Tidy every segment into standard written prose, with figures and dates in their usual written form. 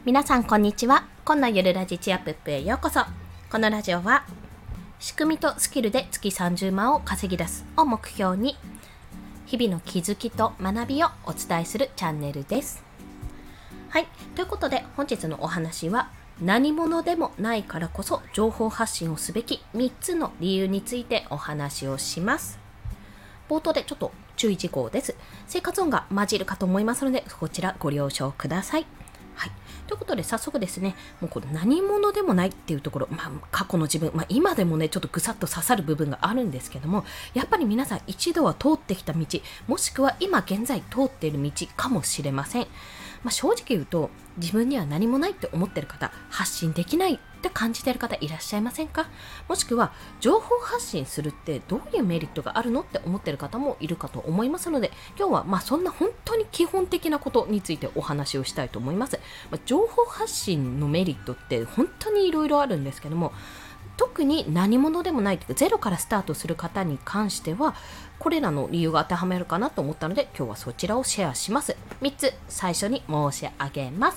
皆さんこんにちは。今のゆるラジチアップへようこそ。このラジオは仕組みとスキルで月30万を稼ぎ出すを目標に日々の気づきと学びをお伝えするチャンネルです。はい、ということで本日のお話は何者でもないからこそ情報発信をすべき3つの理由についてお話をします。冒頭でちょっと注意事項です。生活音が混じるかと思いますのでこちらご了承ください。はい、ということで早速ですね、もうこれ何者でもないっていうところ、過去の自分、今でもねちょっとぐさっと刺さる部分があるんですけども、やっぱり皆さん一度は通ってきた道、もしくは今現在通っている道かもしれません。正直言うと自分には何もないって思ってる方、発信できないって感じてる方いらっしゃいませんか？もしくは情報発信するってどういうメリットがあるのって思ってる方もいるかと思いますので、今日はそんな本当に基本的なことについてお話をしたいと思います。情報発信のメリットって本当にいろいろあるんですけども、特に何者でもないというかゼロからスタートする方に関してはこれらの理由が当てはめるかなと思ったので、今日はそちらをシェアします。3つ最初に申し上げます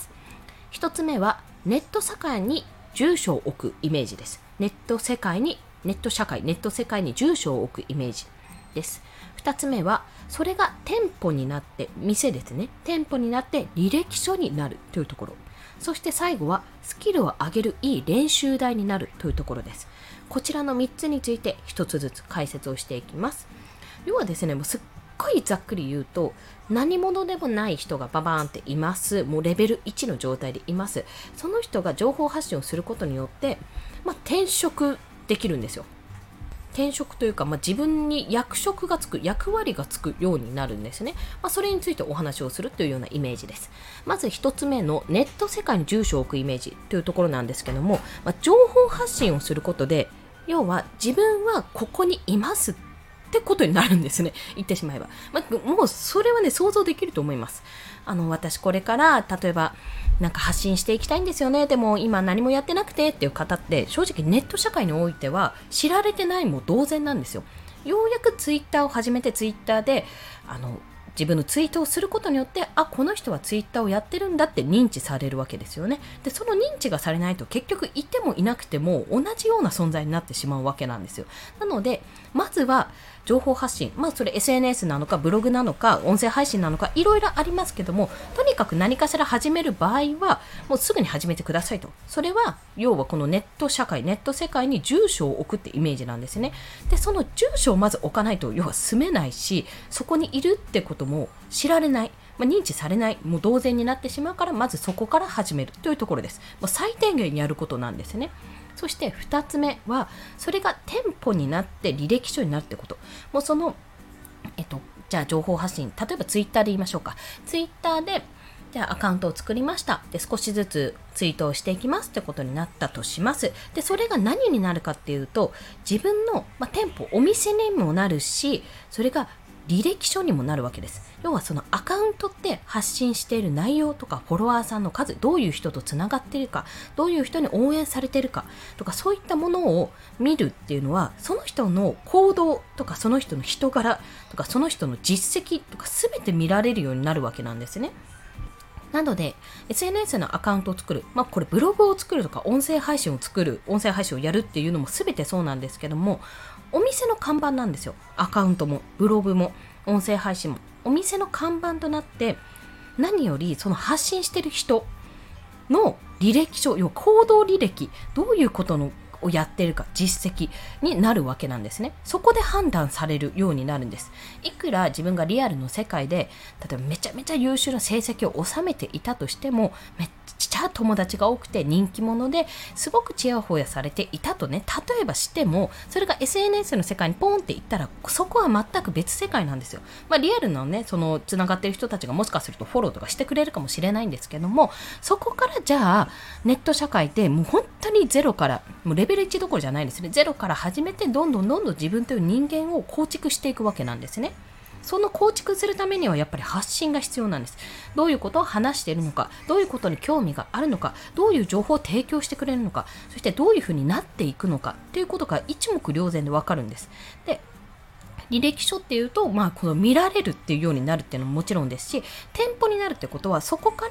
。1つ目はネット社会に住所を置くイメージです。ネット世界に住所を置くイメージです。2つ目はそれが店舗になって、店ですね、店舗になって履歴書になるというところ。そして最後はスキルを上げるいい練習台になるというところです。こちらの3つについて1つずつ解説をしていきます。要はですね、もうすっごいざっくり言うと、何者でもない人がババーンっています。もうレベル1の状態でいます。その人が情報発信をすることによって、転職できるんですよ。転職というか、自分に役割がつくようになるんですね。それについてお話をするというようなイメージです。まず一つ目のネット世界に住所を置くイメージというところなんですけども、情報発信をすることで、要は自分はここにいますってことになるんですね。言ってしまえば。もうそれはね、想像できると思います。私これから例えば発信していきたいんですよね。でも今何もやってなくてっていう方って、正直ネット社会においては知られてないも同然なんですよ。ようやくツイッターを始めて、ツイッターで自分のツイートをすることによって、この人はツイッターをやってるんだって認知されるわけですよね。で、その認知がされないと結局いてもいなくても同じような存在になってしまうわけなんですよ。なのでまずは情報発信、それ SNS なのかブログなのか音声配信なのかいろいろありますけども、とにかく何かしら始める場合はもうすぐに始めてくださいと。それは要はこのネット社会、ネット世界に住所を置くってイメージなんですね。で、その住所をまず置かないと要は住めないし、そこにいるってことも知られない、認知されない、もう同然になってしまうから、まずそこから始めるというところです。最低限やることなんですね。そして2つ目はそれが店舗になって履歴書になるってこと。もうそのじゃあ情報発信、例えばツイッターで言いましょうか。ツイッターでじゃあアカウントを作りました。で、少しずつツイートをしていきますってことになったとします。で、それが何になるかっていうと、自分の、店舗、お店にもなるし、それが履歴書にもなるわけです。要はそのアカウントって発信している内容とかフォロワーさんの数、どういう人とつながっているか、どういう人に応援されているかとか、そういったものを見るっていうのは、その人の行動とかその人の人柄とかその人の実績とか全て見られるようになるわけなんですね。なので SNS のアカウントを作る、これブログを作るとか音声配信をやるっていうのも全てそうなんですけども、お店の看板なんですよ。アカウントもブログも音声配信もお店の看板となって、何よりその発信してる人の履歴書、要は行動履歴、どういうことをやっているか、実績になるわけなんですね。そこで判断されるようになるんです。いくら自分がリアルの世界で例えばめちゃめちゃ優秀な成績を収めていたとしても、めっちゃ友達が多くて人気者ですごくチヤホヤされていたとね、例えばしても、それが SNS の世界にポンっていったら、そこは全く別世界なんですよ。リアルなね、そのつながっている人たちがもしかするとフォローとかしてくれるかもしれないんですけども、そこからじゃあネット社会でもう本当にゼロから、もうレベル1どころじゃないですね、ゼロから始めてどんどん自分という人間を構築していくわけなんですね。その構築するためにはやっぱり発信が必要なんです。どういうことを話しているのか、どういうことに興味があるのか、どういう情報を提供してくれるのか、そしてどういうふうになっていくのかということが一目瞭然でわかるんです。で、履歴書っていうと、この見られるっていうようになるっていうのももちろんですし、店舗になるってことはそこから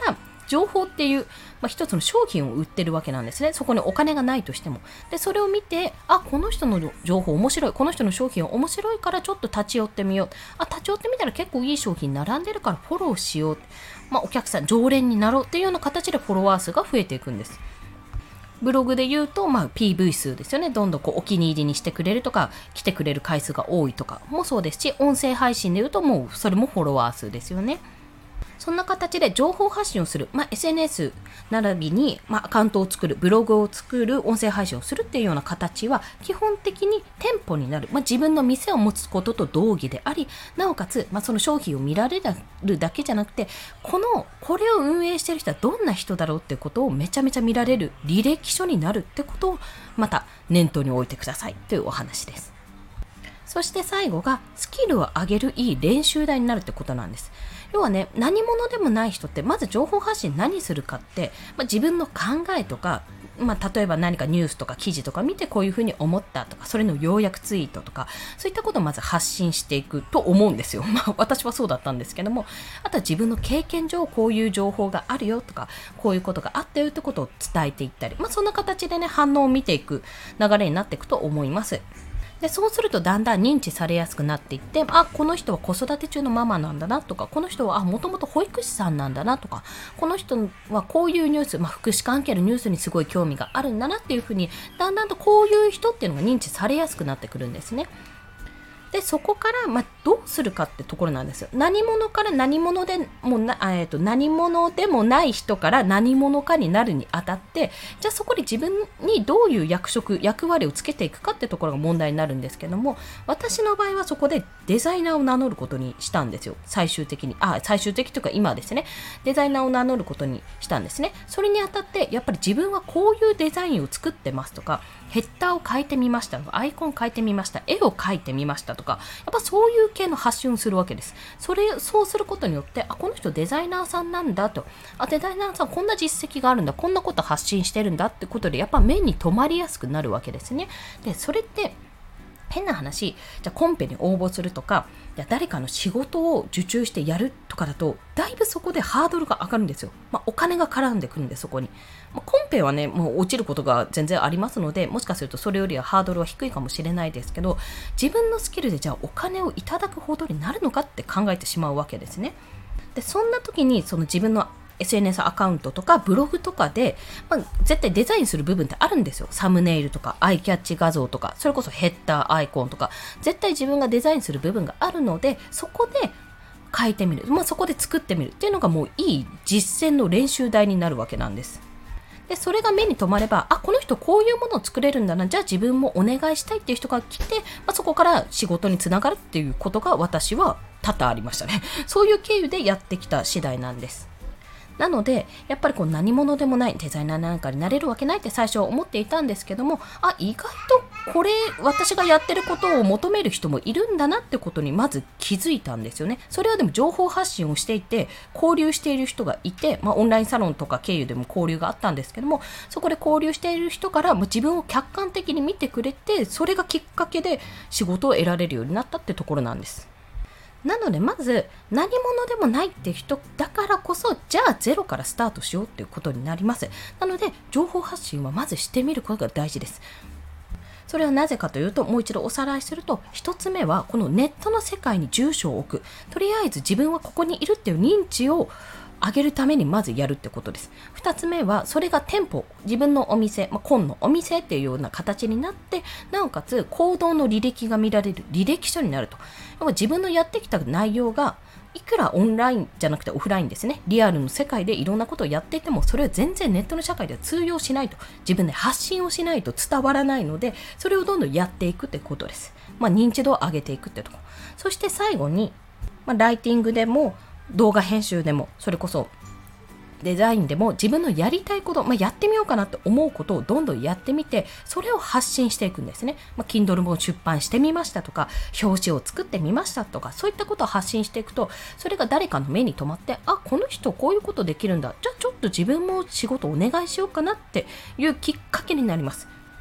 情報っていう、一つの商品を売ってるわけなんですね。そこにお金がないとしても。で、それを見て、この人の情報面白い、この人の商品面白いからちょっと立ち寄ってみよう。立ち寄ってみたら結構いい商品並んでるからフォローしよう。お客さん、常連になろうっていうような形でフォロワー数が増えていくんです。ブログで言うと、PV 数ですよね。どんどんお気に入りにしてくれるとか、来てくれる回数が多いとかもそうですし、音声配信で言うともうそれもフォロワー数ですよね。そんな形で情報発信をする、SNS 並びに、アカウントを作る、ブログを作る、音声配信をするっていうような形は基本的に店舗になる、自分の店を持つことと同義であり、なおかつ、その商品を見られるだけじゃなくて、これを運営している人はどんな人だろうってことをめちゃめちゃ見られる履歴書になるってことをまた念頭に置いてくださいというお話です。そして最後がスキルを上げるいい練習台になるってことなんです。要はね、何者でもない人ってまず情報発信何するかって、自分の考えとか、例えば何かニュースとか記事とか見てこういうふうに思ったとか、それの要約ツイートとか、そういったことをまず発信していくと思うんですよ。私はそうだったんですけども、あとは自分の経験上こういう情報があるよとか、こういうことがあったよってことを伝えていったり、そんな形でね、反応を見ていく流れになっていくと思います。で、そうするとだんだん認知されやすくなっていって、この人は子育て中のママなんだなとか、この人はもともと保育士さんなんだなとか、この人はこういうニュース、福祉関係のニュースにすごい興味があるんだなっていうふうに、だんだんとこういう人っていうのが認知されやすくなってくるんですね。で、そこから、どうするかってところなんですよ。何者から何者でも何者でもない人から何者かになるにあたって、じゃあそこで自分にどういう役割をつけていくかってところが問題になるんですけども、私の場合はそこでデザイナーを名乗ることにしたんですよ。最終的というか今ですね、デザイナーを名乗ることにしたんですね。それにあたって、やっぱり自分はこういうデザインを作ってますとか、ヘッダーを変えてみましたとか、アイコン変えてみました、絵を描いてみましたとか、やっぱそういう系の発信をするわけです。そうすることによって、この人デザイナーさんなんだと、デザイナーさんこんな実績があるんだ、こんなこと発信してるんだってことで、やっぱ目に留まりやすくなるわけですね。で、それって変な話、じゃあコンペに応募するとか、誰かの仕事を受注してやるとかだと、だいぶそこでハードルが上がるんですよ。お金が絡んでくるんで、そこに。コンペはね、もう落ちることが全然ありますので、もしかするとそれよりはハードルは低いかもしれないですけど、自分のスキルでじゃあお金をいただくほどになるのかって考えてしまうわけですね。で、そんな時にその自分のSNS アカウントとかブログとかで、絶対デザインする部分ってあるんですよ。サムネイルとかアイキャッチ画像とか、それこそヘッダーアイコンとか、絶対自分がデザインする部分があるので、そこで書いてみる、そこで作ってみるっていうのがもういい実践の練習台になるわけなんです。で、それが目に留まれば、この人こういうものを作れるんだな、じゃあ自分もお願いしたいっていう人が来て、そこから仕事につながるっていうことが私は多々ありましたね。そういう経由でやってきた次第なんです。なので、やっぱり何者でもないデザイナーなんかになれるわけないって最初は思っていたんですけども、意外とこれ私がやってることを求める人もいるんだなってことにまず気づいたんですよね。それはでも情報発信をしていて交流している人がいて、オンラインサロンとか経由でも交流があったんですけども、そこで交流している人から自分を客観的に見てくれて、それがきっかけで仕事を得られるようになったってところなんです。なのでまず何者でもないって人だからこそ、じゃあゼロからスタートしようっていうことになります。なので情報発信はまずしてみることが大事です。それはなぜかというと、もう一度おさらいすると、一つ目はこのネットの世界に住所を置く。とりあえず自分はここにいるっていう認知を上げるためにまずやるってことです。二つ目はそれが店舗、自分のお店、今のお店っていうような形になって、なおかつ行動の履歴が見られる履歴書になると。自分のやってきた内容がいくらオンラインじゃなくてオフラインですね、リアルの世界でいろんなことをやっていても、それは全然ネットの社会では通用しないと。自分で発信をしないと伝わらないので、それをどんどんやっていくってことです。認知度を上げていくってとこ。そして最後に、ライティングでも動画編集でも、それこそデザインでも自分のやりたいこと、やってみようかなって思うことをどんどんやってみて、それを発信していくんですね。Kindle も出版してみましたとか、表紙を作ってみましたとか、そういったことを発信していくと、それが誰かの目に留まって、この人こういうことできるんだ、じゃあちょっと自分も仕事お願いしようかなっていうきっかけになります。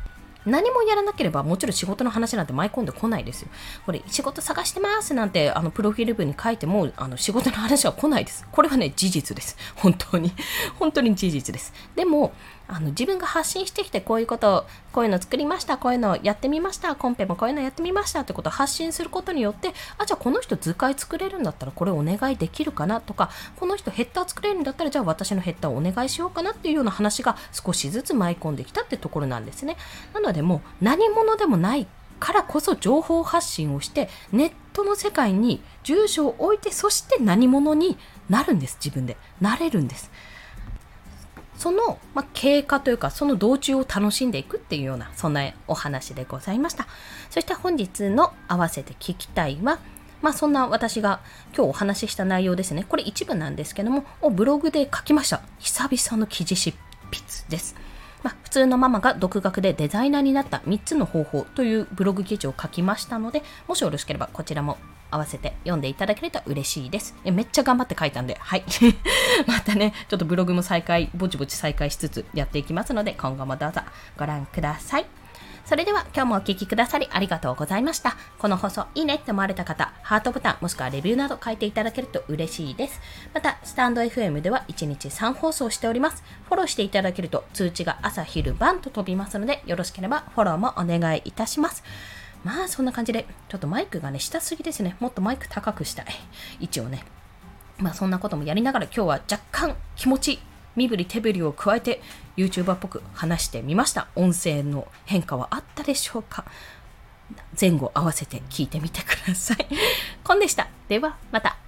何もやらなければもちろん仕事の話なんて舞い込んでこないですよ。これ仕事探してますなんてプロフィール文に書いても仕事の話は来ないです。これはね事実です。本当に事実です。でも自分が発信してきてこういうの作りました、こういうのやってみました、コンペもこういうのやってみましたってことを発信することによって、じゃあこの人図解作れるんだったらこれお願いできるかなとか、この人ヘッダー作れるんだったらじゃあ私のヘッダーをお願いしようかなっていうような話が少しずつ舞い込んできたってところなんですね。なのでもう何者でもないからこそ情報発信をしてネットの世界に住所を置いて、そして何者になるんです。自分でなれるんです。その、経過というかその道中を楽しんでいくっていうようなそんなお話でございました。そして本日の合わせて聞きたいは、そんな私が今日お話しした内容ですね。これ一部なんですけどもブログで書きました。久々の記事執筆です。普通のママが独学でデザイナーになった3つの方法というブログ記事を書きましたので、もしよろしければこちらも合わせて読んでいただけると嬉しいです。めっちゃ頑張って書いたんで、はい。またね、ちょっとブログもぼちぼち再開しつつやっていきますので、今後もどうぞご覧ください。それでは今日もお聞きくださりありがとうございました。この放送いいねって思われた方、ハートボタンもしくはレビューなど書いていただけると嬉しいです。また、スタンド FM では1日3放送しております。フォローしていただけると通知が朝昼晩と飛びますので、よろしければフォローもお願いいたします。そんな感じで、ちょっとマイクがね、下すぎですね。もっとマイク高くしたい。一応ね。そんなこともやりながら今日は若干気持ち身振り手振りを加えて YouTuber っぽく話してみました。音声の変化はあったでしょうか。前後合わせて聞いてみてください。コンでした。ではまた。